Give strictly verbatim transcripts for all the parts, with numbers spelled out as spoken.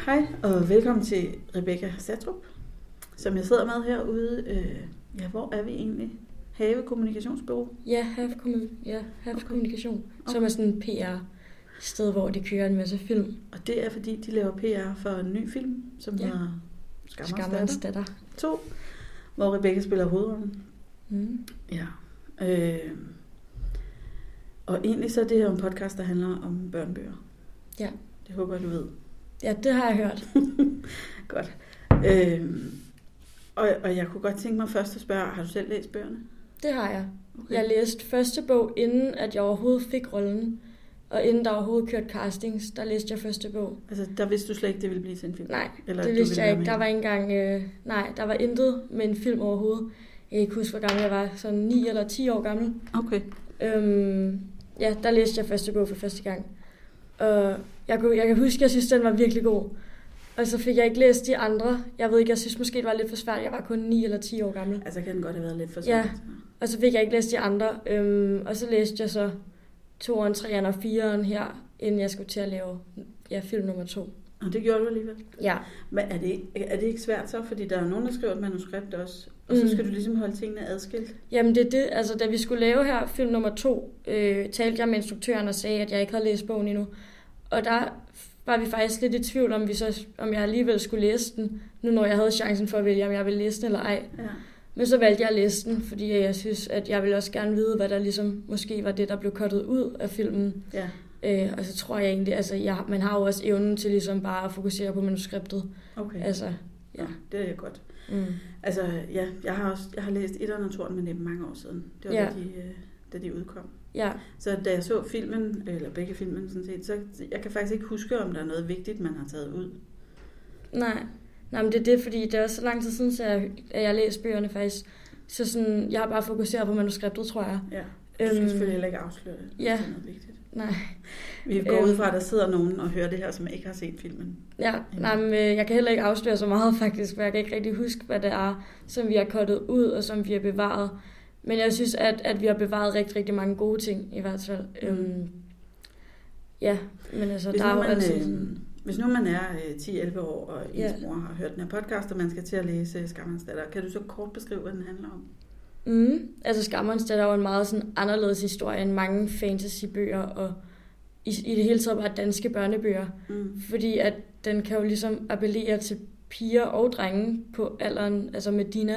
Hej og velkommen til Rebecca Satrup, som jeg sidder med herude. Øh, ja, hvor er vi egentlig? Have Kommunikationsbureau? Ja, Have, Kommun- ja, Have okay. Kommunikation, okay. Som er sådan en P R-sted, hvor de kører en masse film. Og det er fordi, de laver P R for en ny film, som ja. hedder Skammerens datter to, hvor Rebecca spiller hovedrollen. Mm. Ja. Øh, og egentlig så er det her en podcast, der handler om børnebøger. Ja. Det håber jeg, du ved. Ja, det har jeg hørt. Godt. Øhm, og, og jeg kunne godt tænke mig først at spørge, har du selv læst bøgerne? Det har jeg. Okay. Jeg læste første bog, inden at jeg overhovedet fik rollen. Og inden der overhovedet kørte castings, der læste jeg første bog. Altså, der vidste du slet ikke, det ville blive til en film? Nej, Eller det vidste jeg ikke. Der var ikke engang... Øh, nej, der var intet med en film overhovedet. Jeg kan ikke huske, hvor gammel jeg var. Sådan ni eller ti år gammel. Okay. Øhm, ja, der læste jeg første bog for første gang. Og jeg, kunne, jeg kan huske, at jeg synes, den var virkelig god. Og så fik jeg ikke læst de andre. Jeg ved ikke, jeg synes måske, det var lidt for svært. Jeg var kun ni eller ti år gammel. Altså kan den godt have været lidt for svært. Ja, og så fik jeg ikke læst de andre. Øhm, og så læste jeg så toeren, treeren og fireren her, inden jeg skulle til at lave ja, film nummer to. Og det gjorde du alligevel? Ja. Men er det, er det ikke svært så? Fordi der er nogen, der skriver et manuskript også. Og så skal mm. du ligesom holde tingene adskilt. Jamen det er det. Altså da vi skulle lave her film nummer to, øh, talte jeg med instruktøren og sagde, at jeg ikke havde læst bogen endnu. Og der var vi faktisk lidt i tvivl om, vi så, om jeg alligevel skulle læse den, nu når jeg havde chancen for at vælge, om jeg ville læse den eller ej. Ja. Men så valgte jeg at læse den, fordi jeg synes, at jeg ville også gerne vide, hvad der ligesom måske var det, der blev cuttet ud af filmen. Ja. Øh, og så tror jeg egentlig, altså jeg, man har jo også evnen til ligesom bare at fokusere på manuskriptet. Okay. Altså, ja. ja, det er godt. Mm. Altså, ja, jeg har også jeg har læst etteren og toeren, men det er mange år siden. Det var ja. da, de, da de udkom. Ja. Så da jeg så filmen, eller begge filmen sådan set, så jeg kan faktisk ikke huske, om der er noget vigtigt, man har taget ud. Nej, Nej men det er det, fordi det er også så lang tid siden, så jeg, at jeg læste bøgerne faktisk. Så sådan, jeg har bare fokuseret på manuskriptet, tror jeg. Ja, du skal øhm, selvfølgelig heller ikke afsløre det, ja. det er noget vigtigt. Nej. Vi går øhm, ud fra, at der sidder nogen og hører det her, som ikke har set filmen. Ja, nej, men jeg kan heller ikke afsløre så meget faktisk, for jeg kan ikke rigtig huske, hvad det er, som vi har cuttet ud, og som vi har bevaret. Men jeg synes, at, at vi har bevaret rigtig, rigtig mange gode ting, i hvert fald. Mm. Øhm, ja, men altså, hvis der er jo man, altid øh, sådan... Hvis nu man er øh, ti til elleve år, og ens ja. mor har hørt den her podcast, og man skal til at læse Skammerens datter, kan du så kort beskrive, hvad den handler om? Mm. Altså, Skammerens datter er jo en meget sådan anderledes historie end mange fantasybøger, og i, i det hele taget bare danske børnebøger. Mm. Fordi at den kan jo ligesom appellere til piger og drenge på alderen, altså med Dina.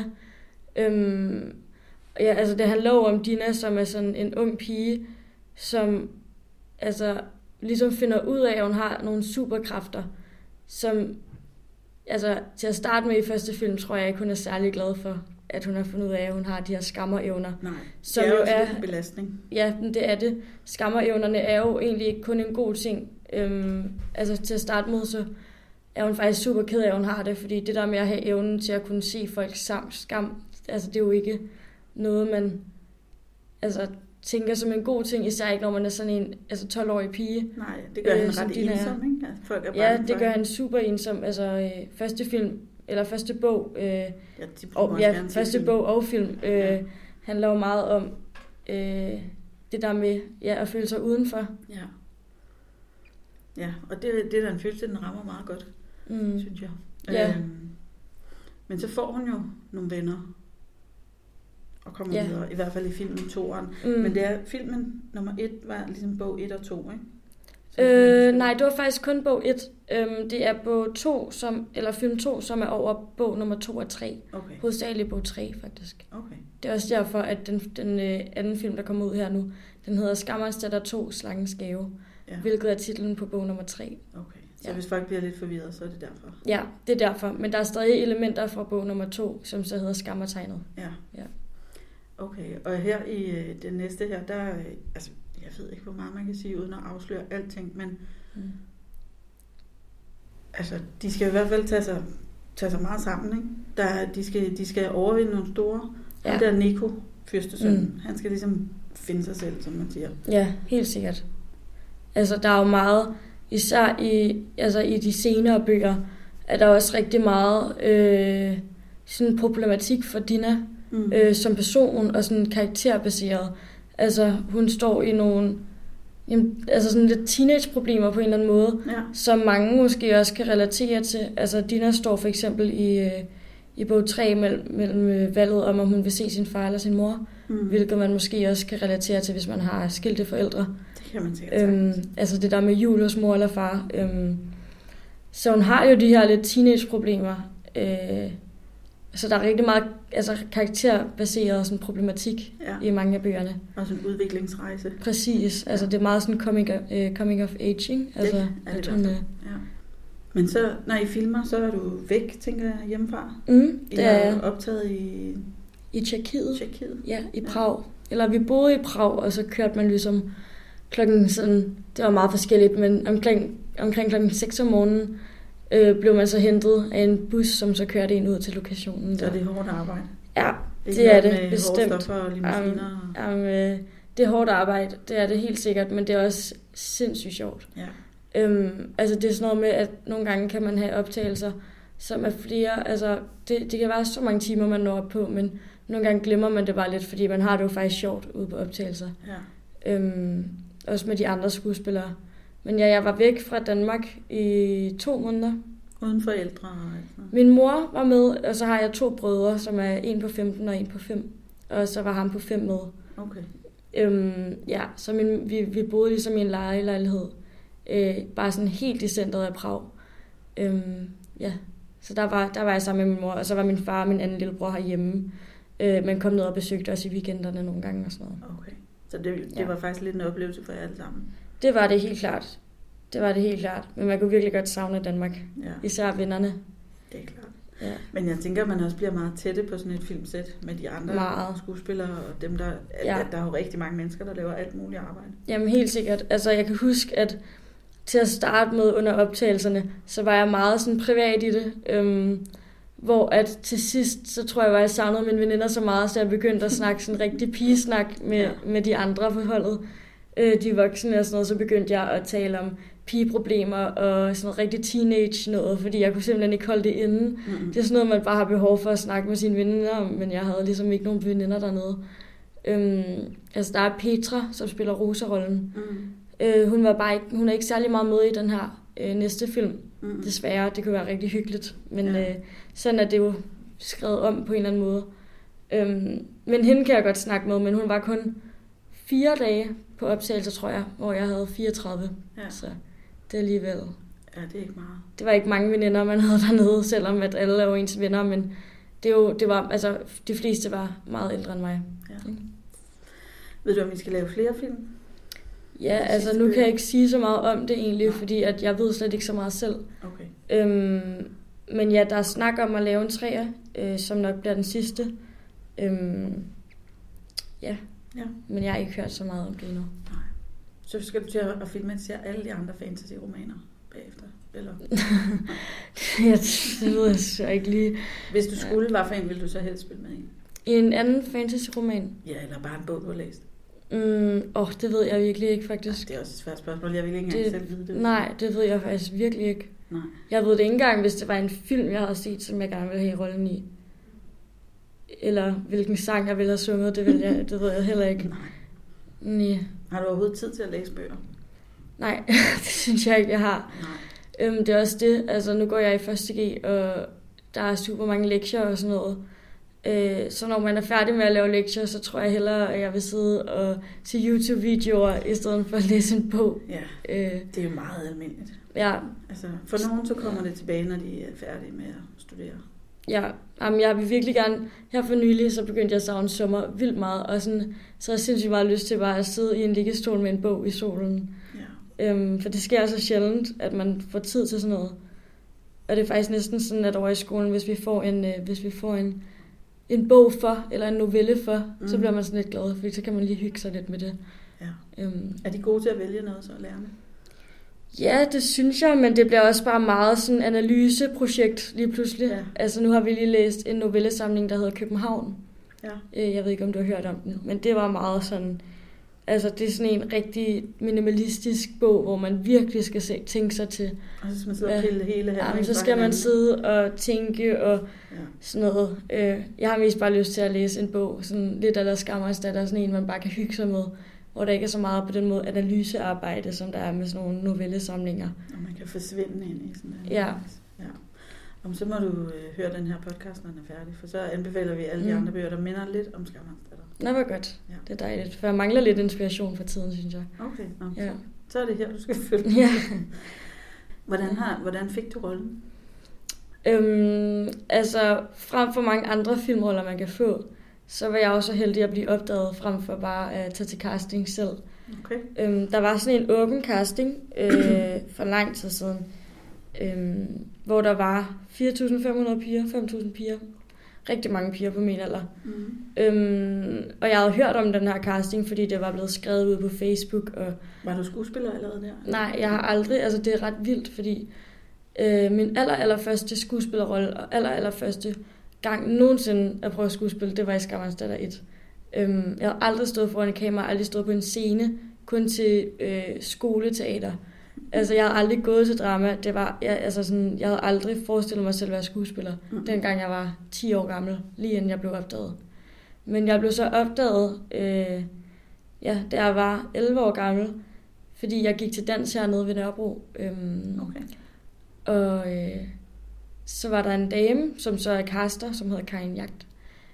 Øhm, ja, altså det handler jo om Dina, som er sådan en ung pige, som altså ligesom finder ud af, at hun har nogle superkræfter, som altså til at starte med i første film, tror jeg ikke, hun er særlig glad for, at hun har fundet ud af, at hun har de her skammerevner. Nej, som det er jo er en belastning. Ja, det er det. Skammerevnerne er jo egentlig ikke kun en god ting. Øhm, altså til at starte med, så er hun faktisk super ked af, at hun har det, fordi det der med at have evnen til at kunne se folks skam, altså det er jo ikke noget, man altså tænker som en god ting, især ikke når man er sådan en altså tolv-årig pige. Nej, det gør øh, han ret ensom, ikke? Altså, folk er ja, det gør han super ensom. Altså øh, første film, eller første bog, øh, ja, og, ja første bog og film, øh, ja. handler jo meget om øh, det der med ja, at føle sig udenfor. Ja, ja og det, det er da en følelse, den rammer meget godt, mm. synes jeg. Ja. Øhm, men så får hun jo nogle venner, og kommer ja. videre, i hvert fald i filmen toeren. Mm. Men det er filmen nummer et, var ligesom bog et og to, ikke? Øh, nej, det var faktisk kun bog et. Øhm, det er bog to, som, eller film to, som er over bog nummer to og tre. Okay. Hovedsageligt bog tre, faktisk. Okay. Det er også derfor, at den, den øh, anden film, der kommer ud her nu, den hedder Skammerens datter to, Slangens gave, ja. hvilket er titlen på bog nummer tre. Okay, så ja. hvis folk bliver lidt forvirret, så er det derfor? Ja, det er derfor. Men der er stadig elementer fra bog nummer to, som så hedder Skammertegnet. Ja. Ja. Okay, og her i øh, den næste her, der, øh, altså, jeg ved ikke, hvor meget man kan sige, uden at afsløre alting, men mm. altså, de skal i hvert fald tage sig, tage sig meget sammen, ikke? Der, de, skal, de skal overvinde nogle store, ja. Den der Nico, fyrstesønnen, mm. han skal ligesom finde sig selv, som man siger. Ja, helt sikkert. Altså, der er jo meget, især i, altså, i de senere bøger, er der også rigtig meget øh, sådan problematik for Dina, mm. øh, som person og sådan karakterbaseret. Altså, hun står i nogle Jamen, altså sådan lidt teenage-problemer på en eller anden måde, ja. som mange måske også kan relatere til. Altså Dina står for eksempel i, i bog tre mellem, mellem valget om, om hun vil se sin far eller sin mor, mm. hvilket man måske også kan relatere til, hvis man har skilte forældre. Det kan man sikkert øhm, Altså det der med jul hos mor eller far. Øhm, så hun har jo de her lidt teenage-problemer. Øh, så der er rigtig meget altså, karakterbaseret sådan, problematik ja. i mange af bøgerne. Og sådan en udviklingsrejse. Præcis. Altså det er meget sådan coming of, uh, coming of age, ikke? Altså, det er det, hun, ja. Men så, når I filmer, så er du væk, tænker jeg, hjemmefra? Mm, det er I optaget i... I Tjekkiet. Tjekkiet? Ja, i Prag. Ja. Eller vi boede i Prag, og så kørte man ligesom klokken sådan... Det var meget forskelligt, men omkring, omkring klokken seks om morgenen øh, blev man så hentet af en bus, som så kørte ind ud til lokationen. Så der. det er hårdt arbejde? Ja, det, det er det, med bestemt. Hårde stoffer og limousiner? Um, um, øh, det er hårdt arbejde, det er det helt sikkert, men det er også sindssygt sjovt. Ja. Øhm, altså det er sådan noget med, at nogle gange kan man have optagelser, som er flere, altså det, det kan være så mange timer, man når op på, men nogle gange glemmer man det bare lidt, fordi man har det jo faktisk sjovt ude på optagelser. Ja. Øhm, også med de andre skuespillere. Men ja, jeg var væk fra Danmark i to måneder. Uden forældre? Altså. Min mor var med, og så har jeg to brødre, som er en på femten og en på fem. Og så var ham på fem med. Okay. Øhm, ja, så min, vi, vi boede ligesom i en lejelejlighed. Øh, bare sådan helt i centret af Prag. Øhm, ja, så der var, der var jeg sammen med min mor, og så var min far og min anden lillebror herhjemme. Øh, men kom ned og besøgte os i weekenderne nogle gange og sådan noget. Okay, så det, det ja. var faktisk lidt en oplevelse for jer alle sammen? Det var det helt klart. Det var det helt klart. Men man kunne virkelig godt savne Danmark. Ja. Især vennerne. Det er klart. Ja. Men jeg tænker, at man også bliver meget tætte på sådan et filmsæt med de andre meget. skuespillere og dem, der... Ja. At der er jo rigtig mange mennesker, der laver alt muligt arbejde. Jamen helt sikkert. Altså jeg kan huske, at til at starte med under optagelserne, så var jeg meget sådan privat i det. Øhm, hvor at til sidst, så tror jeg, at jeg savnede mine veninder så meget, så jeg begyndte at snakke sådan rigtig pigesnak med, ja. med de andre på holdet. Øh, de voksne og sådan noget, så begyndte jeg at tale om pigeproblemer og sådan noget rigtig teenage noget, fordi jeg kunne simpelthen ikke holde det inde. Mm-hmm. Det er sådan noget, man bare har behov for at snakke med sine veninder om, men jeg havde ligesom ikke nogen veninder dernede. Øhm, altså der er Petra, som spiller Rosa-rollen. Mm. Øh, hun var bare ikke, hun er ikke særlig meget med i den her øh, næste film. Mm. Desværre, det kunne være rigtig hyggeligt, men ja. øh, sådan er det jo skrevet om på en eller anden måde. Øhm, men hende kan jeg godt snakke med, men hun var kun fire dage på optagelse, tror jeg, hvor jeg havde fireogtredive. Ja. Så det er alligevel... Ja, det er ikke meget. Det var ikke mange veninder, man havde dernede, selvom at alle er jo ens venner, men det, er jo, det var, altså, de fleste var meget ældre end mig. Ja. Mm. Ved du, om vi skal lave flere film? Ja, altså nu kan jeg ikke sige så meget om det egentlig, fordi at jeg ved slet ikke så meget selv. Okay. Øhm, men ja, der er snak om at lave en træer, øh, som nok bliver den sidste. Øhm, ja. ja, men jeg har ikke hørt så meget om det endnu. Nej. Så skal du til at filmatisere alle de andre fantasy-romaner bagefter, eller? Ja, det ved jeg så ikke lige. Hvis du skulle, hvad for en ville du så helst spille med i? I en anden fantasy-roman? Ja, eller bare en bog, du har læst. Mm, åh, oh, det ved jeg virkelig ikke, faktisk. Det er også et svært spørgsmål. Jeg vil ikke engang det, selv vide det. Nej, det ved jeg faktisk virkelig ikke. Nej. Jeg ved det ikke engang, hvis det var en film, jeg havde set, som jeg gerne ville have i rollen i. Eller hvilken sang, jeg ville have sunget, det, vil jeg, det ved jeg heller ikke. Nej. Nej. Har du overhovedet tid til at læse bøger? Nej, det synes jeg ikke, jeg har. Nej. Øhm, det er også det. Altså, nu går jeg i første G, og der er super mange lektier og sådan noget. Øh, så når man er færdig med at lave lektier, så tror jeg hellere, at jeg vil sidde og se YouTube-videoer, i stedet for at læse en bog. Ja, øh, det er jo meget almindeligt. Ja. Altså, for nogen så kommer det tilbage, når de er færdige med at studere. Ja, jamen, jeg vil virkelig gerne, her for nylig, så begyndte jeg at savne sommer vildt meget, og sådan, så har jeg sindssygt meget lyst til bare at sidde i en liggestol med en bog i solen. Ja. Øhm, for det sker så sjældent, at man får tid til sådan noget. Og det er faktisk næsten sådan, at over i skolen, hvis vi får en, øh, hvis vi får en, en bog for, eller en novelle for, mm. så bliver man sådan lidt glad, for så kan man lige hygge sig lidt med det. Ja. Øhm. Er de gode til at vælge noget, så lærerne? Ja, det synes jeg, men det bliver også bare meget sådan analyseprojekt lige pludselig. Ja. Altså nu har vi lige læst en novellesamling, der hedder København. Ja. Jeg ved ikke, om du har hørt om den, men det var meget sådan... Altså det er sådan en rigtig minimalistisk bog, hvor man virkelig skal se, tænke sig til. Og så skal man sidde og pille hele her. Ja, så skal man sidde og tænke og ja. Sådan noget. Jeg har mest bare lyst til at læse en bog, sådan lidt eller Skammerens Datter, sådan en, man bare kan hygge sig med. hvor der ikke er så meget på den måde analysearbejde, som der er med sådan nogle novellesamlinger. Og man kan forsvinde ind i sådan en. Ja. Ja. Om så må du øh, høre den her podcast, når den er færdig, for så anbefaler vi alle de mm. andre bøger, der minder lidt om Skammerensdatter. Nå, hvor godt. Ja. Det er dejligt, for jeg mangler lidt inspiration for tiden, synes jeg. Okay, nå, ja. så er det her, du skal følge. Ja. Hvordan, har, hvordan fik du rollen? Øhm, altså, frem for mange andre filmroller, man kan få, så var jeg også heldig at blive opdaget, frem for bare at tage til casting selv. Okay. Øhm, der var sådan en åben casting øh, for lang tid siden, øhm, hvor der var fire tusind fem hundrede piger, fem tusind piger. Rigtig mange piger på min alder. Mm. Øhm, og jeg havde hørt om den her casting, fordi det var blevet skrevet ud på Facebook. Og var du skuespiller allerede der? Nej, jeg har aldrig. Altså, det er ret vildt, fordi øh, min aller, aller første skuespillerrolle og aller, aller første gang nogensinde at prøve at skuespille, det var i Skammerensdatter et. Øhm, jeg havde aldrig stået foran en kamera, aldrig stået på en scene, kun til øh, skoleteater. Altså, jeg havde aldrig gået til drama. Det var, jeg, altså sådan, jeg havde aldrig forestillet mig selv at være skuespiller, mm. dengang jeg var ti år gammel, lige inden jeg blev opdaget. Men jeg blev så opdaget, øh, ja, da jeg var elleve år gammel, fordi jeg gik til dans hernede ved Nørrebro. Øhm, okay. Og øh, så var der en dame, som så er caster, som hedder Karin Jagt.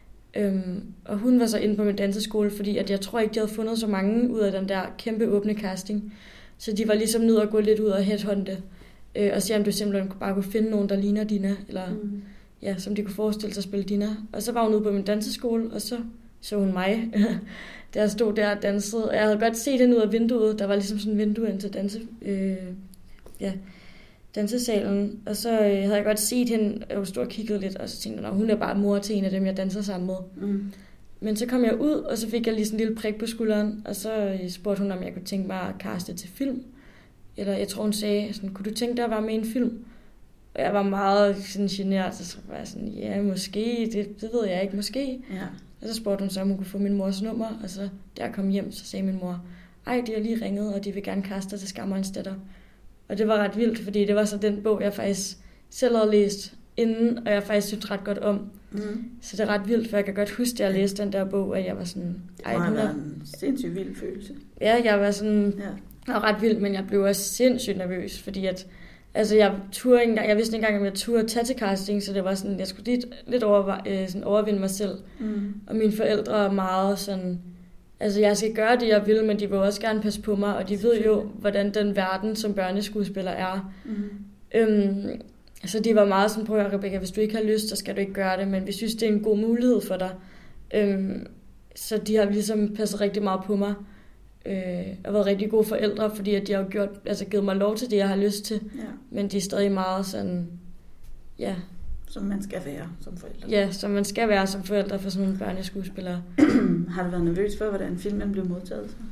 Øhm, og hun var så inde på min danseskole, fordi at jeg tror ikke, de havde fundet så mange ud af den der kæmpe åbne casting. Så de var ligesom nødt at gå lidt ud og headhunte, øh, og se om du simpelthen bare kunne finde nogen, der ligner Dina, eller mm. ja, som de kunne forestille sig at spille Dina. Og så var hun ude på min danseskole, og så så hun mig, da jeg stod der og dansede. Og jeg havde godt set hende ud af vinduet. Der var ligesom sådan et vindue ind til danse, øh, ja, dansesalen. Og så øh, havde jeg godt set hende, og jeg stod og kiggede lidt, og så tænkte jeg, hun er bare mor til en af dem, jeg danser sammen med. Mm. Men så kom jeg ud, og så fik jeg lige sådan en lille prik på skulderen, og så spurgte hun, om jeg kunne tænke mig at kaste til film. Eller jeg tror, hun sagde, sådan, kunne du tænke dig at være med i en film? Og jeg var meget sådan genert, så var jeg sådan, ja, måske, det, det ved jeg ikke, måske. Ja. Og så spurgte hun så, om hun kunne få min mors nummer, og så da jeg kom hjem, så sagde min mor, ej, de har lige ringet, og de vil gerne kaste dig til Skammerensdatter. Og det var ret vildt, fordi det var så den bog, jeg faktisk selv havde læst inden, og jeg faktisk synes ret godt om. Mm. Så det er ret vildt, for jeg kan godt huske, at jeg læste den der bog, at jeg var sådan... Det må have været en sindssygt vild følelse. Ja, jeg var sådan... Ja. Jeg var ret vild, men jeg blev også sindssygt nervøs, fordi at... Altså, jeg turde ikke engang... Jeg vidste ikke engang, om jeg turde tage til casting, så det var sådan... Jeg skulle lidt, lidt over, øh, sådan overvinde mig selv. Mm. Og mine forældre er meget sådan... Altså, jeg skal gøre det, jeg vil, men de vil også gerne passe på mig, og de ved jo, hvordan den verden som børneskuespiller er. Mm. Øhm, Så de var meget sådan, prøv at høre, Rebecca, hvis du ikke har lyst, så skal du ikke gøre det, men vi synes, det er en god mulighed for dig. Øhm, så de har ligesom passet rigtig meget på mig, øh, og været rigtig gode forældre, fordi at de har gjort, altså givet mig lov til det, jeg har lyst til. Ja. Men de er stadig meget sådan, ja. Som man skal være som forældre. Ja, som man skal være som forældre for sådan nogle børneskuespillere. Har du været nervøs for, hvordan filmen blev modtaget? Så?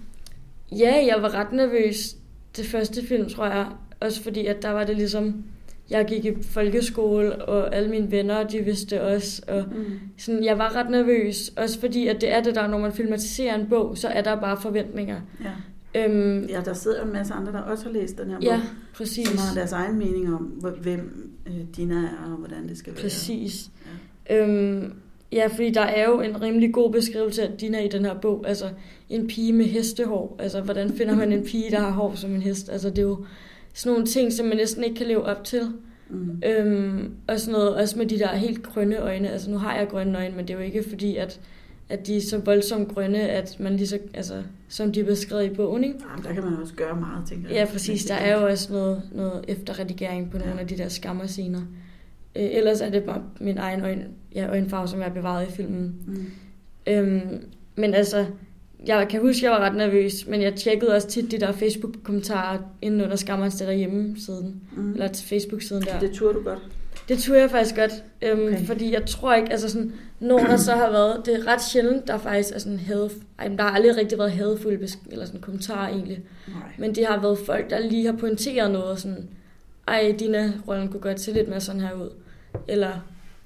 Ja, jeg var ret nervøs det første film, tror jeg. Også fordi, at der var det ligesom... Jeg gik i folkeskole, og alle mine venner, de vidste også. Og mm. sådan, jeg var ret nervøs, også fordi at det er det der, når man filmatiserer en bog, så er der bare forventninger. Ja, øhm, ja der sidder en masse andre, der også har læst den her bog, ja, præcis. Som har deres egen mening om, hvem øh, Dina er, og hvordan det skal være. Præcis. Ja. Øhm, ja, fordi der er jo en rimelig god beskrivelse af Dina i den her bog. Altså, en pige med hestehår. Altså, hvordan finder man en pige, der har hår som en hest? Altså, det er jo... sådan nogle ting, som man næsten ikke kan leve op til. Mm. Øhm, og sådan noget, også med de der helt grønne øjne. Altså nu har jeg grønne øjne, men det er jo ikke fordi, at, at de er så voldsomt grønne, at man lige så, altså, som de er beskrevet i bogen, ikke? Jamen, der kan man også gøre meget, tænker jeg. Ja, præcis. Der er jo også noget, noget efterredigering på nogle ja. af de der skammerscener. Øh, ellers er det bare min egen øjne, ja, øjenfarve, som jeg har bevaret i filmen. Mm. Øhm, men altså... Jeg kan huske, at jeg var ret nervøs, men jeg tjekkede også tit de der Facebook-kommentarer inden under Skammerensdatter hjemmesiden, mm. eller til Facebook-siden der. Det turde du godt? Det turde jeg faktisk godt, øhm, okay. fordi jeg tror ikke, altså sådan, når der så har været, det er ret sjældent, der faktisk er sådan had, ej, der har aldrig rigtig været hadfulde eller sådan kommentarer egentlig, nej. Men det har været folk, der lige har pointeret noget, sådan, ej, Dina-rollen kunne godt se lidt mere sådan her ud, eller...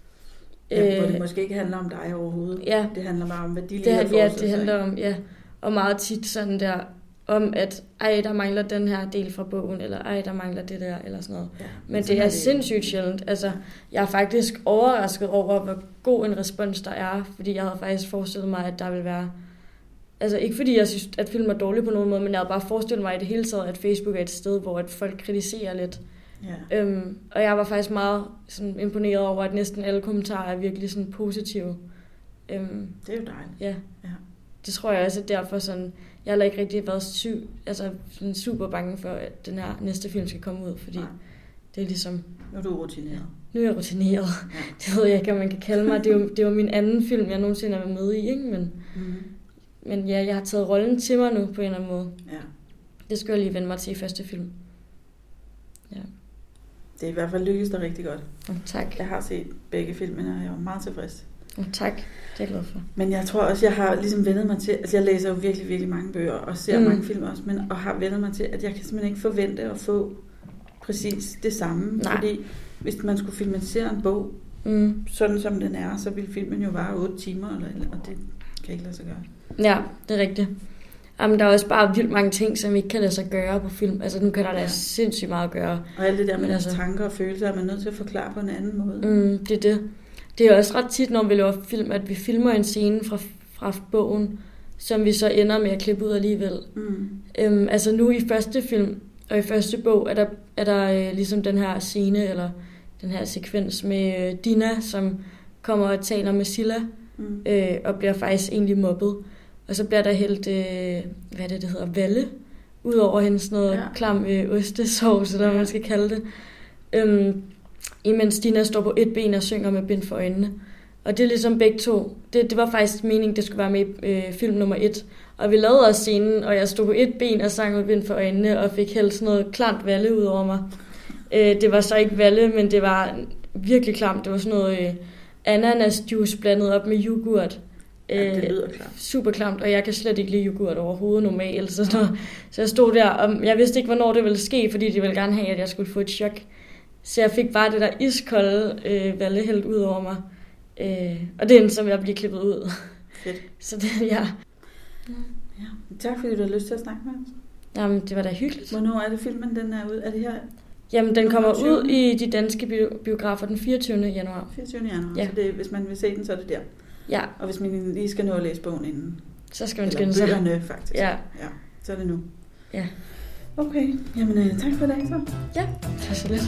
Ja, hvor det måske ikke handler om dig overhovedet. Ja, det handler bare om, hvad de lige det, har ja, det handler om, ja. Og meget tit sådan der, om at, ej, der mangler den her del fra bogen, eller ej, der mangler det der, eller sådan noget. Ja, men det er, er det sindssygt sjældent. Altså, jeg er faktisk overrasket over, hvor god en respons der er, fordi jeg havde faktisk forestillet mig, at der ville være Altså ikke fordi jeg synes, at film er dårlig på nogen måde, men jeg havde bare forestillet mig i det hele taget, at Facebook er et sted, hvor at folk kritiserer lidt. Ja. Øhm, og jeg var faktisk meget sådan, imponeret over, at næsten alle kommentarer er virkelig sådan, positive. Øhm, det er jo dejligt. Ja. Ja. Det tror jeg også, at derfor sådan, jeg har ikke rigtig været syg, altså, sådan super bange for, at den her næste film skal komme ud, fordi Nej. det er ligesom... Nu er du rutineret. Nu er jeg rutineret. Ja. Det ved jeg ikke, om man kan kalde mig. Det er jo, det er jo min anden film, jeg nogensinde har været med i, ikke? Men, mm. men ja, jeg har taget rollen til mig nu på en eller anden måde. Ja. Det skal jeg lige vende mig til i første film. Ja. Det er i hvert fald lykkedes dig rigtig godt. Oh, tak. Jeg har set begge filmene, og jeg var meget tilfreds. Oh, tak. Det er jeg glad for. Men jeg tror også, jeg har ligesom vendet mig til, altså jeg læser jo virkelig, virkelig mange bøger, og ser mm. mange film også, men, og har vendet mig til, at jeg kan simpelthen ikke forvente at få præcis det samme. Nej. Fordi hvis man skulle filmatisere en bog, mm. sådan som den er, så ville filmen jo vare otte timer, eller, og det kan ikke lade sig gøre. Ja, det er rigtigt. Jamen, der er også bare vildt mange ting, som ikke kan lade sig gøre på film. Altså, nu kan der da ja. sindssygt meget at gøre. Og alt det der med altså, tanker og følelser, er man nødt til at forklare på en anden måde. Mm, det er det. Det er også ret tit, når vi laver film, at vi filmer en scene fra, fra bogen, som vi så ender med at klippe ud alligevel. Mm. Øhm, altså nu i første film, og i første bog, er der, er der øh, ligesom den her scene, eller den her sekvens med øh, Dina, som kommer og taler med Silla, mm. øh, og bliver faktisk egentlig mobbet. Og så bliver der hældt, øh, hvad er det, det hedder, valle, ud over hendes sådan noget ja. klam øh, ostesauce, eller hvad man skal kalde det. Øhm, imens Dina står på et ben og synger med bind for øjnene. Og det er ligesom begge to. Det, det var faktisk meningen, det skulle være med i øh, film nummer et. Og vi lavede også scenen, og jeg stod på et ben og sang med bind for øjnene, og fik hældt sådan noget klamt valle ud over mig. Øh, det var så ikke valle, men det var virkelig klamt. Det var sådan noget øh, ananasjuice blandet op med yoghurt. Ja, det lyder klamt. Super klamt, og jeg kan slet ikke lide yoghurt overhovedet normalt. Så, så jeg stod der, og jeg vidste ikke, hvornår det ville ske, fordi de ville gerne have, at jeg skulle få et chok. Så jeg fik bare det der iskolde øh, valle hældt ud over mig. Øh, og det er en, som jeg bliver klippet ud. Fedt. Så det, ja. ja. Tak fordi du har lyst til at snakke med os. Jamen, det var da hyggeligt. Hvornår er det filmen, den er ud? Er det her? Jamen, den kommer ud i de danske biografer den fireogtyvende januar. fireogtyvende januar, ja. Så det, hvis man vil se den, så er det der. Ja. Og hvis man lige skal nå at læse bogen inden. Så skal man skynde sig. Eller bøgerne, faktisk. Ja. Ja, så er det nu. Ja. Okay, jamen øh, tak for i dag så. Ja, det var så lidt.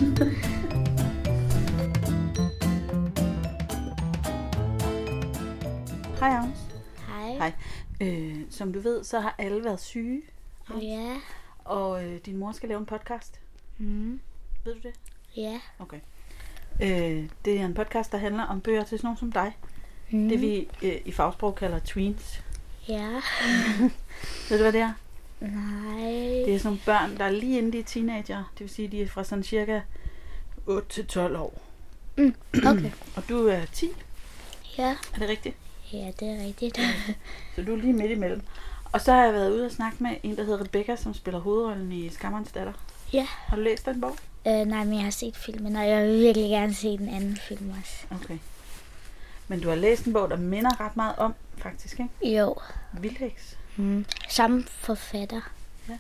Hej Agnes. Hej. Hej. Øh, som du ved, så har alle været syge. Ja. Og øh, din mor skal lave en podcast. Mm. Ved du det? Ja. Okay. Øh, det er en podcast, der handler om bøger til sådan nogen som dig. Mm. Det vi øh, i fagsprog kalder tweens. Ja. Ved du, hvad det er? Nej. Det er sådan nogle børn, der er lige inden de er teenager. Det vil sige, de er fra sådan cirka otte til tolv år. Mm. Okay. Og du er ti? Ja. Er det rigtigt? Ja, det er rigtigt. Så du er lige midt imellem. Og så har jeg været ude og snakke med en, der hedder Rebecca, som spiller hovedrollen i Skammerens Datter. Ja. Har du læst den bog? Øh, nej, men jeg har set filmen, og jeg vil virkelig gerne se den anden film også. Okay. Men du har læst en bog, der minder ret meget om, faktisk, ikke? Jo. Vildheks. Mm. Samme forfatter. Ja.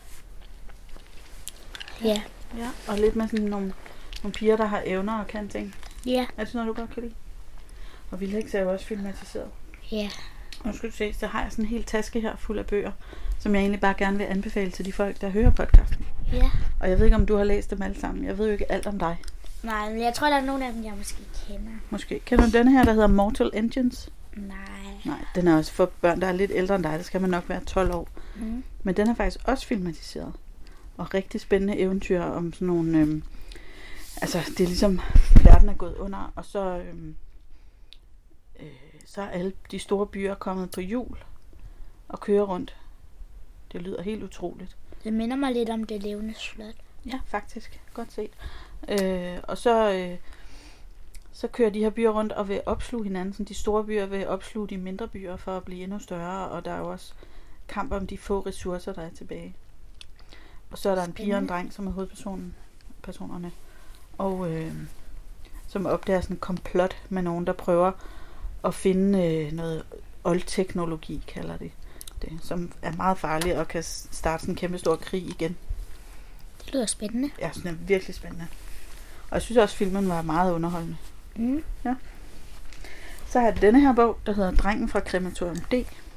Ja. Ja, og lidt med sådan nogle, nogle piger, der har evner og kan ting. Ja. Er det sådan noget, du godt kan lide? Og Vildheks er jo også filmatiseret. Ja. Og nu skal du se, så har jeg sådan en hel taske her fuld af bøger, som jeg egentlig bare gerne vil anbefale til de folk, der hører podcasten. Ja. Og jeg ved ikke, om du har læst dem alle sammen. Jeg ved jo ikke alt om dig. Nej, men jeg tror, der er nogle af dem, jeg måske kender. Måske. Kender du den her, der hedder Mortal Engines? Nej. Nej, den er også for børn, der er lidt ældre end dig. Der skal man nok være tolv år. Mm. Men den er faktisk også filmatiseret. Og rigtig spændende eventyr om sådan nogle... Øhm, altså, det er ligesom, verden er gået under, og så... Øhm, øh, så er alle de store byer kommet på hjul og kører rundt. Det lyder helt utroligt. Det minder mig lidt om Det Levende Slot. Ja, faktisk. Godt set. Øh, og så, øh, så kører de her byer rundt og vil opsluge hinanden. Så de store byer vil opsluge de mindre byer for at blive endnu større. Og der er jo også kamp om de få ressourcer, der er tilbage. Og så er der en pige og en dreng, som er hovedpersonen, personerne. Og øh, som opdager sådan en komplot med nogen, der prøver at finde øh, noget oldteknologi, kalder de det, som er meget farligt og kan starte sådan en kæmpe stor krig igen. Det lyder spændende. Ja, sådan er virkelig spændende. Og jeg synes også, at filmen var meget underholdende. Mm. Ja. Så har jeg denne her bog, der hedder Drengen fra Krematorium D.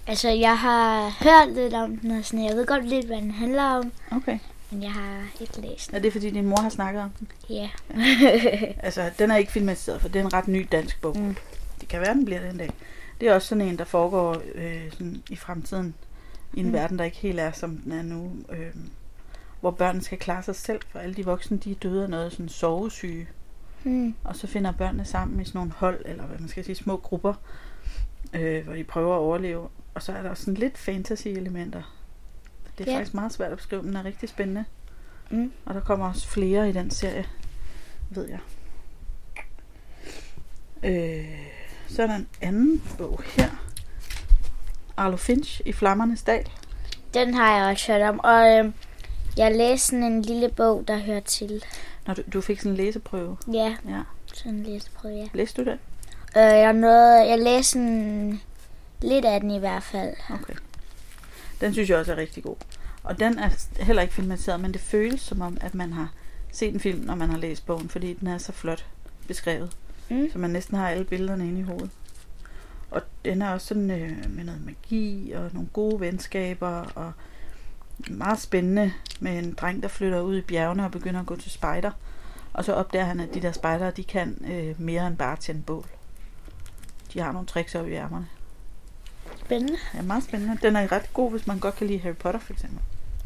Altså, jeg har hørt lidt om den, og sådan, jeg ved godt lidt, hvad den handler om. Okay. Men jeg har ikke læst den. Er det, fordi din mor har snakket om den? Ja. Altså, den er ikke filmatiseret, for det er en ret ny dansk bog. Mm. Det kan være, den bliver den dag. Det er også sådan en, der foregår øh, sådan i fremtiden. I en mm. verden, der ikke helt er, som den er nu. Øh, hvor børnene skal klare sig selv, for alle de voksne, de er døde af noget sådan sovesyge. Mm. Og så finder børnene sammen i sådan nogle hold, eller hvad man skal sige, små grupper, øh, hvor de prøver at overleve. Og så er der sådan lidt fantasy-elementer. Det er ja. faktisk meget svært at beskrive, men den er rigtig spændende. Mm. Og der kommer også flere i den serie, ved jeg. Øh, så er der en anden bog her. Arlo Finch i Flammernes Dal. Den har jeg også hørt om, og øh, jeg læste sådan en lille bog, der hører til. Når du, du fik sådan en læseprøve? Ja, ja. sådan en læseprøve, ja. Læste du den? Øh, jeg, nåede, jeg læste sådan lidt af den i hvert fald. Okay. Den synes jeg også er rigtig god. Og den er heller ikke filmatiseret, men det føles som om, at man har set en film, når man har læst bogen, fordi den er så flot beskrevet. Mm. Så man næsten har alle billederne inde i hovedet. Og den er også sådan øh, med noget magi og nogle gode venskaber og meget spændende med en dreng, der flytter ud i bjergene og begynder at gå til spejder. Og så opdager han, at de der spejdere, de kan øh, mere end bare tænde bål. De har nogle tricks op i ærmerne. Spændende. Ja, meget spændende. Den er ret god, hvis man godt kan lide Harry Potter, for eksempel.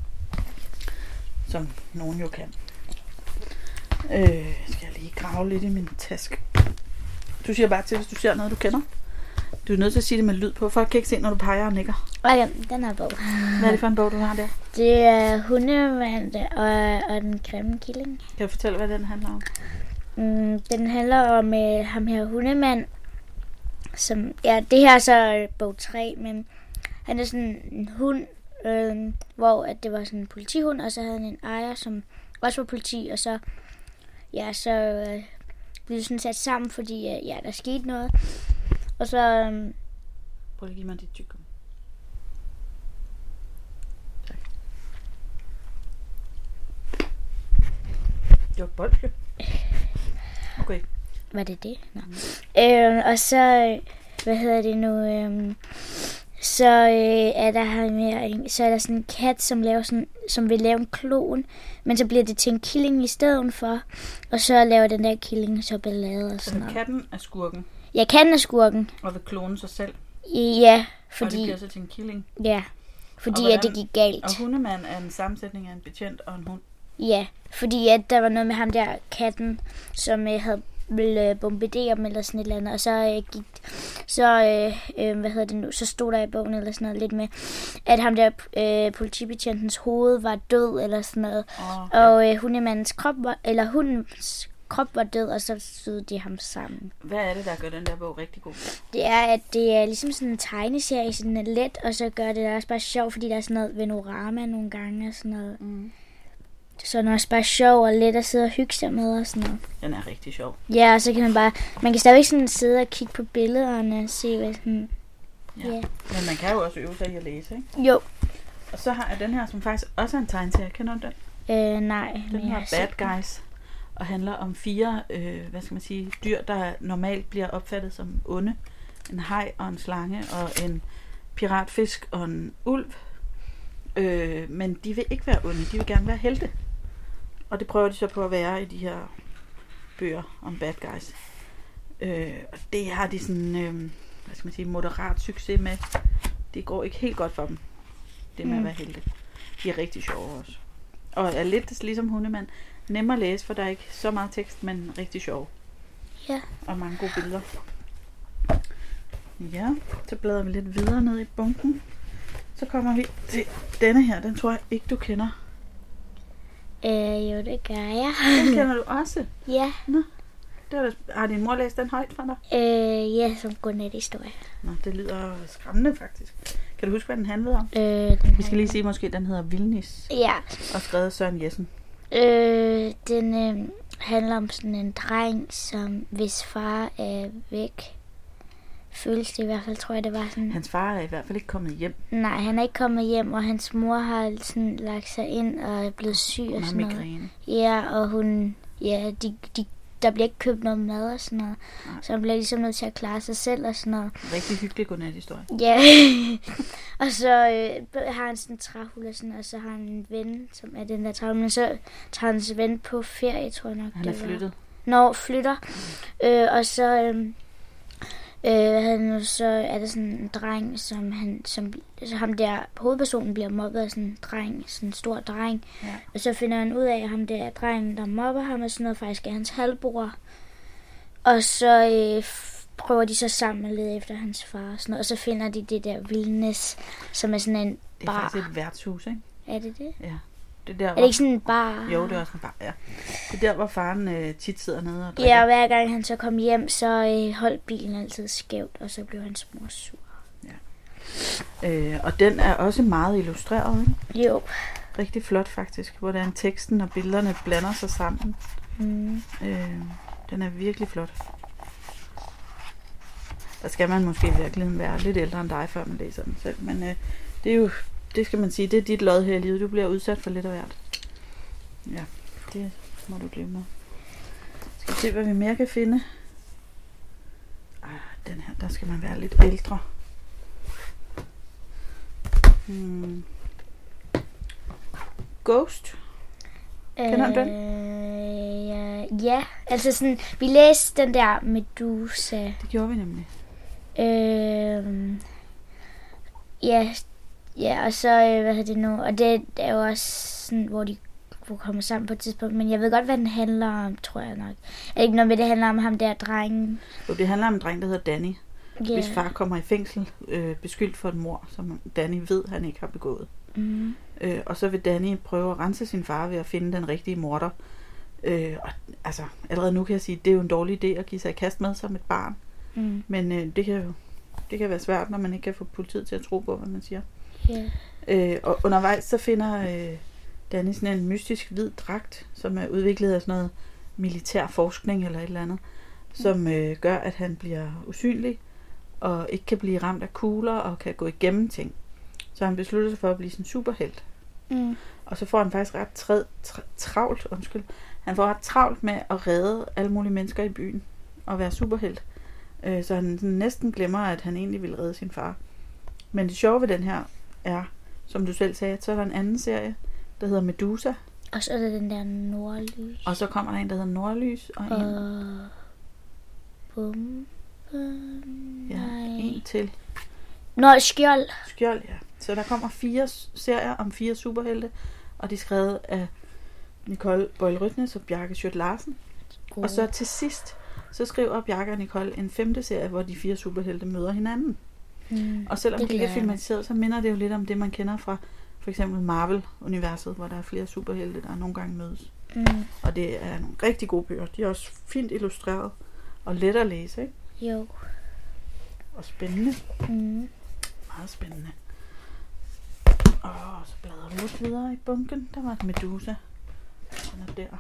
Som nogen jo kan. Øh, skal jeg lige grave lidt i min taske. Du siger bare til, hvis du ser noget, du kender. Du er nødt til at sige det med lyd på. Folk kan ikke se, når du peger og nikker. Okay, den her bog. Hvad er det for en bog, du har der? Det er Hundemand og, og den grimme killing. Kan du fortælle, hvad den handler om? Mm, den handler om øh, ham her Hundemand. Som, ja, det her er så bog tre, men han er sådan en hund, øh, hvor at det var sådan en politihund, og så havde han en ejer, som også var politi, og så, ja, så øh, blev det sådan sat sammen, fordi øh, ja, der skete noget. Og så... Øh, Prøv at give mig dit tykke. Tak. Det var bolsje. Okay. Var det det? Nå. Mm. Øh, og så, hvad hedder det nu, øh, så øh, er der her mere, så er der sådan en kat, som, laver sådan, som vil lave en klon, men så bliver det til en killing i stedet for, og så laver den der killing så ballade og sådan noget. Så katten er skurken? Ja, katten er skurken. Og vil klone sig selv? Ja, fordi... Og det bliver så til en killing? Ja, fordi hvordan, at det gik galt. Og hundemand er en sammensætning af en betjent og en hund? Ja, fordi at der var noget med ham der katten, som øh, havde ville bombardere dem eller sådan et eller andet, og så øh, gik så øh, øh, hvad hedder det nu, så stod der i bogen eller sådan noget lidt med, at ham der øh, politibetjentens hoved var død eller sådan noget, oh, okay. og øh, hundemandens krop var, eller hundens krop var død, og så syede de ham sammen. Hvad er det, der gør den der bog rigtig god? Det er, at det er ligesom sådan en tegneserie, sådan er let, og så gør det også bare sjovt, fordi der er sådan noget venorama nogle gange og sådan noget. Mm. Så den er også bare sjov og let at sidde og hygge sig med og sådan noget. Den er rigtig sjov. Ja, og så kan man bare... Man kan stadigvæk sådan sidde og kigge på billederne og se, hvad sådan... Ja. Yeah. Men man kan jo også øve sig i at læse, ikke? Jo. Og så har jeg den her, som faktisk også er en tegneserie. Kender du den? Øh, nej. Den hedder Bad Guys. Og handler om fire, øh, hvad skal man sige, dyr, der normalt bliver opfattet som onde. En haj og en slange og en piratfisk og en ulv. Øh, men de vil ikke være onde, de vil gerne være helte. Og det prøver de så på at være i de her bøger om bad guys. Øh, og det har de sådan, øh, hvad skal man sige, moderat succes med. Det går ikke helt godt for dem, det med mm. at være helte. De er rigtig sjove også. Og er lidt ligesom Hundemand. Nem at læse, for der er ikke så meget tekst, men rigtig sjov. Ja. Og mange gode billeder. Ja, så bladrer vi lidt videre ned i bunken. Så kommer vi til denne her. Den tror jeg ikke, du kender. Øh, jo, det gør jeg. Den kender du også? Ja. Nå. Det var, har din mor læst den højt for dig? Øh, ja, som godnat-historie. Nå, det lyder skræmmende faktisk. Kan du huske, hvad den handlede om? Øh, den vi skal lige sige, måske den hedder Vildnis. Ja. Og skrevet Søren Jessen. Øh, den øh, handler om sådan en dreng, som hvis far er væk. Føles det i hvert fald, tror jeg, det var sådan. Hans far er i hvert fald ikke kommet hjem. Nej, han er ikke kommet hjem, og hans mor har sådan lagt sig ind og er blevet syg hun og sådan noget. Ja, og hun, ja, de, de der bliver ikke købt noget mad og sådan noget. Nej. Så han bliver ligesom nødt til at klare sig selv og sådan noget. Rigtig hyggelig godnat-historie. Ja, og så øh, har han sådan en træhul og sådan, og så har han en ven, som er den der træhul, men så tager hans ven på ferie, tror jeg nok. Han er flyttet. Når flytter, øh, og så, øh, øh, han, så er der sådan en dreng, som han, som, så ham der, hovedpersonen bliver mobbet af sådan en dreng, sådan en stor dreng, Ja. og så finder han ud af, at ham der drengen, der mobber ham, og sådan noget, faktisk er hans halvbror, og så øh, f- prøver de så sammen at lede efter hans far, og, sådan noget, og så finder de det der Vildnes, som er sådan en Det er bar. faktisk et værtshus, ikke? Er det det? Ja. Det er, der, Er det ikke sådan en bar? Jo, det er også en bar, ja. Det er der, hvor faren øh, tit sidder nede og drikker. Ja, og hver gang han så kom hjem, så øh, holdt bilen altid skævt, og så blev hans mor sur. Øh, og den er også meget illustreret, ikke? Jo. Rigtig flot faktisk, hvordan teksten og billederne blander sig sammen. Mm. Øh, den er virkelig flot. Der skal man måske i virkeligheden være lidt ældre end dig, før man læser den selv. Men øh, det er jo, det skal man sige, det er dit lod her i livet. Du bliver udsat for lidt af hvert. Ja, det må du glemme med. Skal vi se, hvad vi mere kan finde. Ah, den her, der skal man være lidt ældre. Hmm. Ghost. Kender du den? Øh, ja, ja, altså sådan, vi læste den der Medusa. Det gjorde vi nemlig. Øh, ja, ja, og så, øh, hvad hedder det nu, og det er jo også sådan, hvor de hvor kommer sammen på et tidspunkt, men jeg ved godt, hvad den handler om, tror jeg nok. Er det ikke noget med, det handler om ham der drengen? Jo, det handler om en dreng, der hedder Danny. Yeah. Hvis far kommer i fængsel, øh, beskyldt for et mord, som Danny ved, han ikke har begået. Mm. Øh, og så vil Danny prøve at rense sin far ved at finde den rigtige morder. Øh, og altså, allerede nu kan jeg sige, at det er jo en dårlig idé at give sig i kast med som et barn. Mm. Men øh, det kan jo det kan være svært, når man ikke kan få politiet til at tro på, hvad man siger. Yeah. Øh, og undervejs så finder øh, Danny sådan en mystisk hvid dragt, som er udviklet af sådan noget militær forskning eller et eller andet, som øh, gør, at han bliver usynlig og ikke kan blive ramt af kugler og kan gå igennem ting. Så han beslutter sig for at blive sådan en superhelt. Mm. Og så får han faktisk ret træd, tra, travlt, undskyld. Han får ret travlt med at redde alle mulige mennesker i byen og være superhelt. Øh, så han sådan næsten glemmer, at han egentlig ville redde sin far. Men det sjove ved den her er, som du selv sagde, så er der en anden serie, der hedder Medusa. Og så er der den der Nordlys. Og så kommer der en, der hedder Nordlys. Og en, Og... Bum, bum, ja, nej. en til. Nå, Skjold. Skjold, ja. Så der kommer fire serier om fire superhelte, og de er skrevet af Nicole Boyle-Rydnes og Bjarke Schødt Larsen. God. Og så til sidst, så skriver Bjarke og Nicole en femte serie, hvor de fire superhelte møder hinanden. Mm. Og selvom Det det ikke er glæder jeg mig. filmatiseret, så minder det jo lidt om det, man kender fra for eksempel Marvel-universet, hvor der er flere superhelte, der nogle gange mødes. Mm. Og det er nogle rigtig gode bøger. De er også fint illustreret og let at læse, ikke? Jo. Og spændende. Mm. Meget spændende. Og så bladrer vi lidt videre i bunken. Der var et Medusa. Den er der.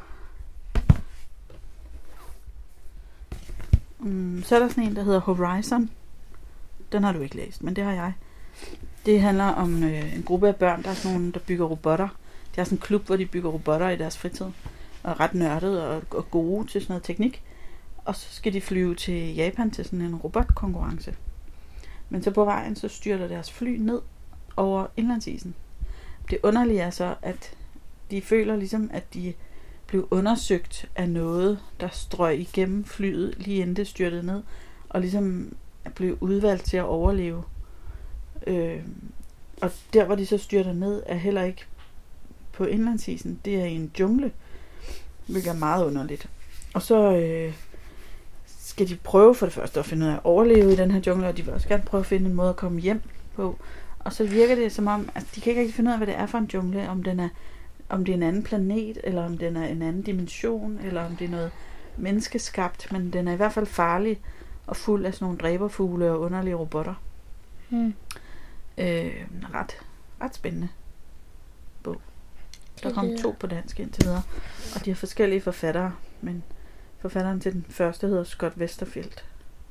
Mm, så er der sådan en, der hedder Horizon. Den har du ikke læst, men det har jeg. Det handler om øh, en gruppe af børn, der er sådan nogle, der bygger robotter. Det er sådan en klub, hvor de bygger robotter i deres fritid. Og er ret nørdede og, og gode til sådan noget teknik. Og så skal de flyve til Japan til sådan en robotkonkurrence. Men så på vejen, så styrter deres fly ned over indlandsisen. Det underlige er så, at de føler ligesom, at de blev undersøgt af noget, der strøg igennem flyet, lige inden det styrtede ned, og ligesom blev udvalgt til at overleve. Øh, og der, hvor de så styrter ned, er heller ikke på indlandsisen. Det er i en jungle, hvilket er meget underligt. Og så øh, skal de prøve for det første at finde ud af at overleve i den her jungle, og de vil også gerne prøve at finde en måde at komme hjem på. Og så virker det som om, at de kan ikke rigtig finde ud af, hvad det er for en jungle, om den er, om det er en anden planet, eller om den er en anden dimension, eller om det er noget menneskeskabt, men den er i hvert fald farlig og fuld af sådan nogle dræberfugle og underlige robotter. Mm. Øh, ret, ret spændende bog. Der kom to på dansk indtil videre, og de har forskellige forfattere, men forfatteren til den første hedder Scott Westerfeldt,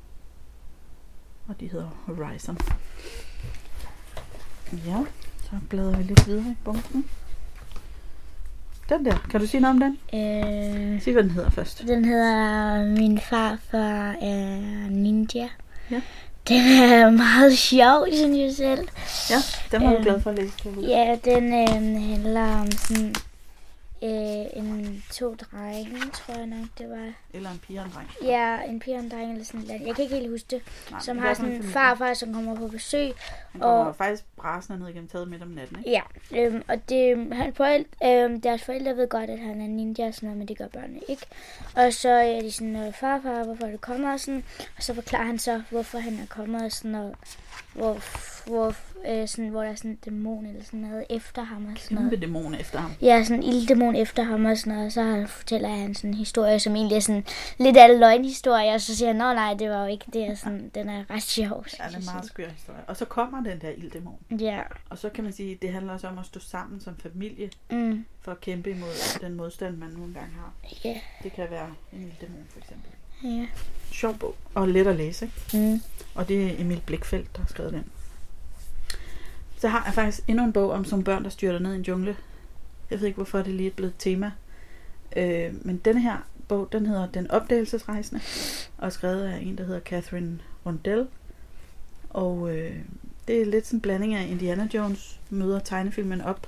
og de hedder Horizon. Ja, så bladrer vi lidt videre i bunken. Den der. Kan du sige noget om den? Øh, Sig, hvad den hedder først. Den hedder Min farfar er ninja. Ja. Den er meget sjov, synes jeg selv. Ja, den var du Øh, glad for at læse. Ja, den øh, handler om sådan øh, en to drenge, tror jeg nok det var. Eller en pige og en dreng. Ja, en pige og en dreng eller sådan noget. Jeg kan ikke helt huske det. Nej, Som det har er sådan en familie. farfar, som kommer på besøg. Han kommer og- faktisk brasende ned igennem taget midt om natten, ikke? Ja, øhm, og det, han forældre, øhm, deres forældre ved godt, at han er ninja og sådan noget, men det gør børnene ikke. Og så er de sådan, øh, farfar, hvorfor er det kommet og sådan, og så forklarer han så, hvorfor han er kommet og sådan, og hvor, hvor, øh, sådan, hvor der er sådan en dæmon eller sådan noget efter ham og sådan noget. Kæmpe dæmon efter ham. Ja, sådan en ilddæmon efter ham og sådan noget, og så fortæller han sådan en historie, som egentlig er sådan lidt af løgnhistorie, og så siger han, nå nej, det var jo ikke det, og sådan, den er ret sjov. Ja, det er en meget skør historie. Og så kommer den der ilddæmon. Ja. Og så kan man sige, at det handler også om at stå sammen som familie, Mm. for at kæmpe imod den modstand, man nogle gange har. Ja. Det kan være en ilddæmon, for eksempel. Ja. Sjov bog. Og let at læse, ikke? Mm. Og det er Emil Blichfeldt, der har skrevet den. Så har jeg faktisk endnu en bog om sådan børn, der styrter ned i en jungle. Jeg ved ikke, hvorfor det lige er blevet et tema. Øh, men denne her bog, den hedder Den opdagelsesrejsende, og er skrevet af en, der hedder Catherine Rundell. Og øh, det er lidt sådan en blanding af Indiana Jones møder tegnefilmen op.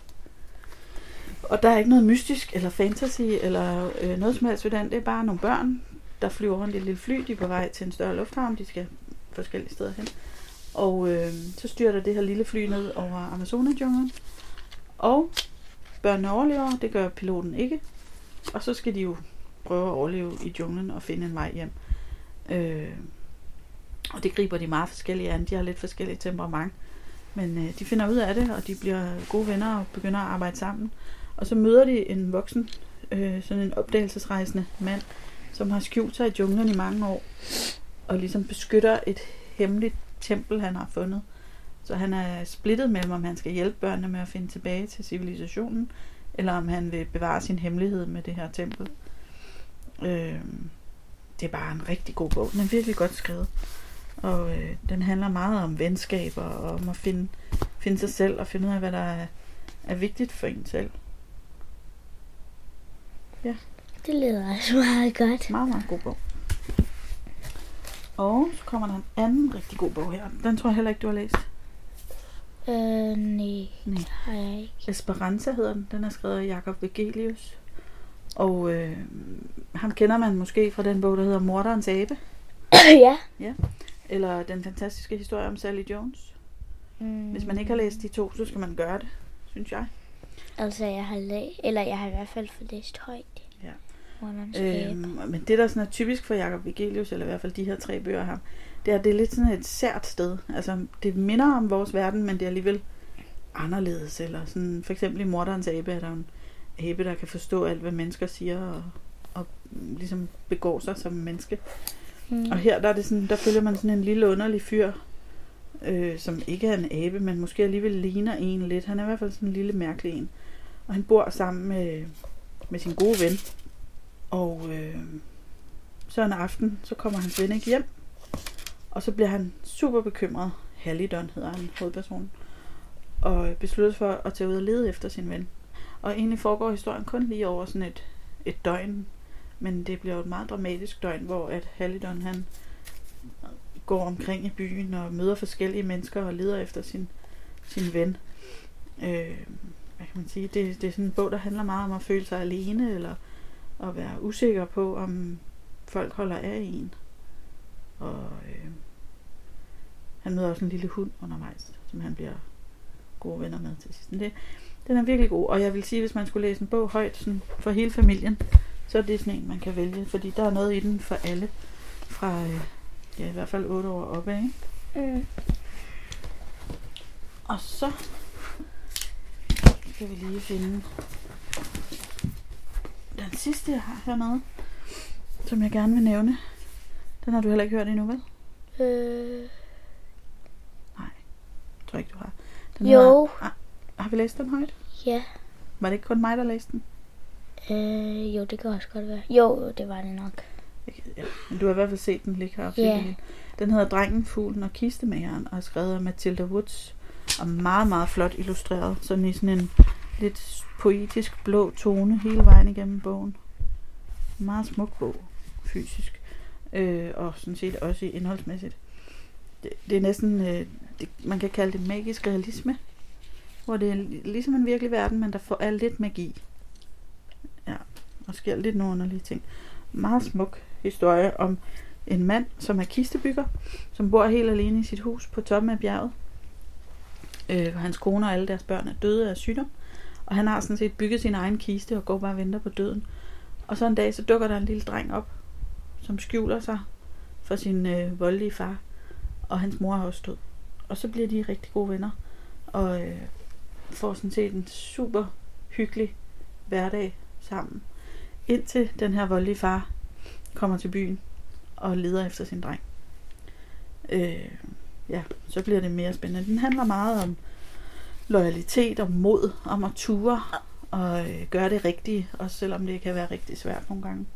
Og der er ikke noget mystisk eller fantasy eller øh, noget som helst ved den. Det er bare nogle børn, der flyver rundt i et lille fly. De er på vej til en større lufthavn. De skal forskellige steder hen. Og øh, så styrter det her lille fly ned over Amazonasjunglen. Og børnene overlever. Det gør piloten ikke. Og så skal de jo prøve at overleve i junglen og finde en vej hjem. Øh, og det griber de meget forskellige an. De har lidt forskellige temperament. Men øh, de finder ud af det, og de bliver gode venner og begynder at arbejde sammen. Og så møder de en voksen, øh, sådan en opdagelsesrejsende mand, som har skjult sig i junglen i mange år. Og ligesom beskytter et hemmeligt tempel, han har fundet. Så han er splittet mellem, om han skal hjælpe børnene med at finde tilbage til civilisationen, eller om han vil bevare sin hemmelighed med det her tempel. Øh, det er bare en rigtig god bog. Den er virkelig godt skrevet. Og øh, den handler meget om venskaber, og om at finde, finde sig selv, og finde ud af, hvad der er, er vigtigt for en selv. Ja. Det lyder også meget godt. Meget, meget god bog. Og så kommer der en anden rigtig god bog her. Den tror jeg heller ikke, du har læst. Øh, nej. Nej. Har jeg ikke. Esperanza hedder den. Den er skrevet af Jacob Vegelius. Og øh, ham kender man måske fra den bog, der hedder Morderens abe. Ja. Eller Den fantastiske historie om Sally Jones. Mm. Hvis man ikke har læst de to, så skal man gøre det, synes jeg. Altså, jeg har læst, eller jeg har i hvert fald fået læst højt. Ja. Morderens abe. Øhm, men det, der sådan er typisk for Jacob Vegelius, eller i hvert fald de her tre bøger af ham, det er, det er lidt sådan et sært sted. Altså, det minder om vores verden, men det er alligevel anderledes. Eller sådan, for eksempel i Morderens abe er der en abe, der kan forstå alt, hvad mennesker siger, og, og ligesom begår sig som menneske. Mm. Og her der er det sådan, der følger man sådan en lille underlig fyr, øh, som ikke er en abe, men måske alligevel ligner en lidt. Han er i hvert fald sådan en lille mærkelig en. Og han bor sammen med, med sin gode ven. Og øh, så en aften, så kommer hans ven ikke hjem. Og så bliver han super bekymret. Halidon hedder han, hovedpersonen. Og beslutter sig for at tage ud og lede efter sin ven. Og egentlig foregår historien kun lige over sådan et, et døgn. Men det bliver jo et meget dramatisk døgn, hvor at Halidon han går omkring i byen og møder forskellige mennesker og leder efter sin, sin ven. Øh, hvad kan man sige? Det, det er sådan en bog, der handler meget om at føle sig alene, eller at være usikker på, om folk holder af en. Og øh, han møder også en lille hund undervejs, som han bliver gode venner med til sidst. Det, den er virkelig god, og jeg vil sige, hvis man skulle læse en bog højt sådan for hele familien, så er det sådan en, man kan vælge, fordi der er noget i den for alle, fra øh, ja, i hvert fald otte år opad, ikke? Mm. Og så skal vi lige finde den sidste, jeg har hernede, som jeg gerne vil nævne. Den har du heller ikke hørt endnu, vel? Øh, Nej, jeg tror ikke, du har. Den jo. Hedder, ah, har vi læst den højt? Ja. Var det ikke kun mig, der læste den? Øh, jo, det kan også godt være. Jo, det var det nok. Ja, men du har i hvert fald set den ligge heroppe. Ja. Den hedder Drengen, Fuglen og Kistemageren, og er skrevet af Matilda Woods, og meget, meget flot illustreret. Sådan i sådan en lidt poetisk blå tone hele vejen igennem bogen. En meget smuk bog, fysisk. Øh, og sådan set også indholdsmæssigt. Det, det er næsten, øh, det, man kan kalde det magisk realisme, hvor det er ligesom en virkelig verden, men der får er lidt magi. Ja, og sker lidt nogle underlige ting. Meget smuk historie om en mand, som er kistebygger, som bor helt alene i sit hus på toppen af bjerget. Øh, hans kone og alle deres børn er døde af sygdom, og han har sådan set bygget sin egen kiste og går bare og venter på døden. Og så en dag, så dukker der en lille dreng op, som skjuler sig for sin øh, voldelige far, og hans mor er også død. Og så bliver de rigtig gode venner, og øh, får sådan set en super hyggelig hverdag sammen, indtil den her voldelige far kommer til byen og leder efter sin dreng. Øh, ja, så bliver det mere spændende. Den handler meget om loyalitet og mod, om at ture og øh, gøre det rigtige, også selvom det kan være rigtig svært nogle gange.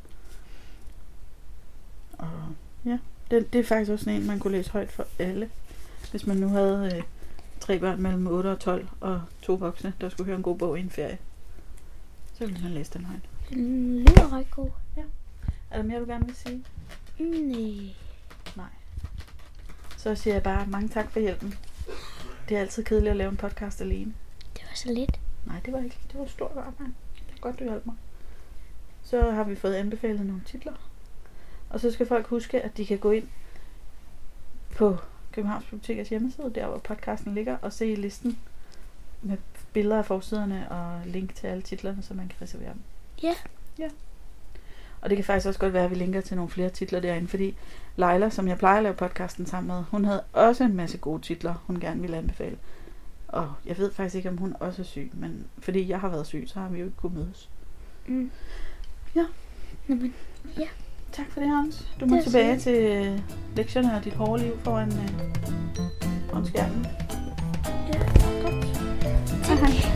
Og ja, det, det er faktisk også en, man kunne læse højt for alle. Hvis man nu havde øh, tre børn mellem otte og tolv og to voksne, der skulle høre en god bog i en ferie, så ville man læse den højt. Den lyder ret god. Ja. Er der mere, du gerne vil sige? Nej. Nej. Så siger jeg bare mange tak for hjælpen. Det er altid kedeligt at lave en podcast alene. Det var så lidt. Nej, det var ikke. Det var stort arbejde. Det var godt, du hjalp mig. Så har vi fået anbefalet nogle titler. Og så skal folk huske, at de kan gå ind på Københavns Bibliotekers hjemmeside, der hvor podcasten ligger, og se listen med billeder af forsiderne og link til alle titlerne, så man kan reservere dem. Ja. Ja. Og det kan faktisk også godt være, at vi linker til nogle flere titler derinde, fordi Leila, som jeg plejer at lave podcasten sammen med, hun havde også en masse gode titler, hun gerne ville anbefale. Og jeg ved faktisk ikke, om hun også er syg, men fordi jeg har været syg, så har vi jo ikke kunnet mødes. Mm. Ja. Jamen, ja. Tak for det, Hans. Du må Det er tilbage så. til lektierne og dit hårde liv foran, øh, foran skærmen. Ja. Godt. Hej, hej.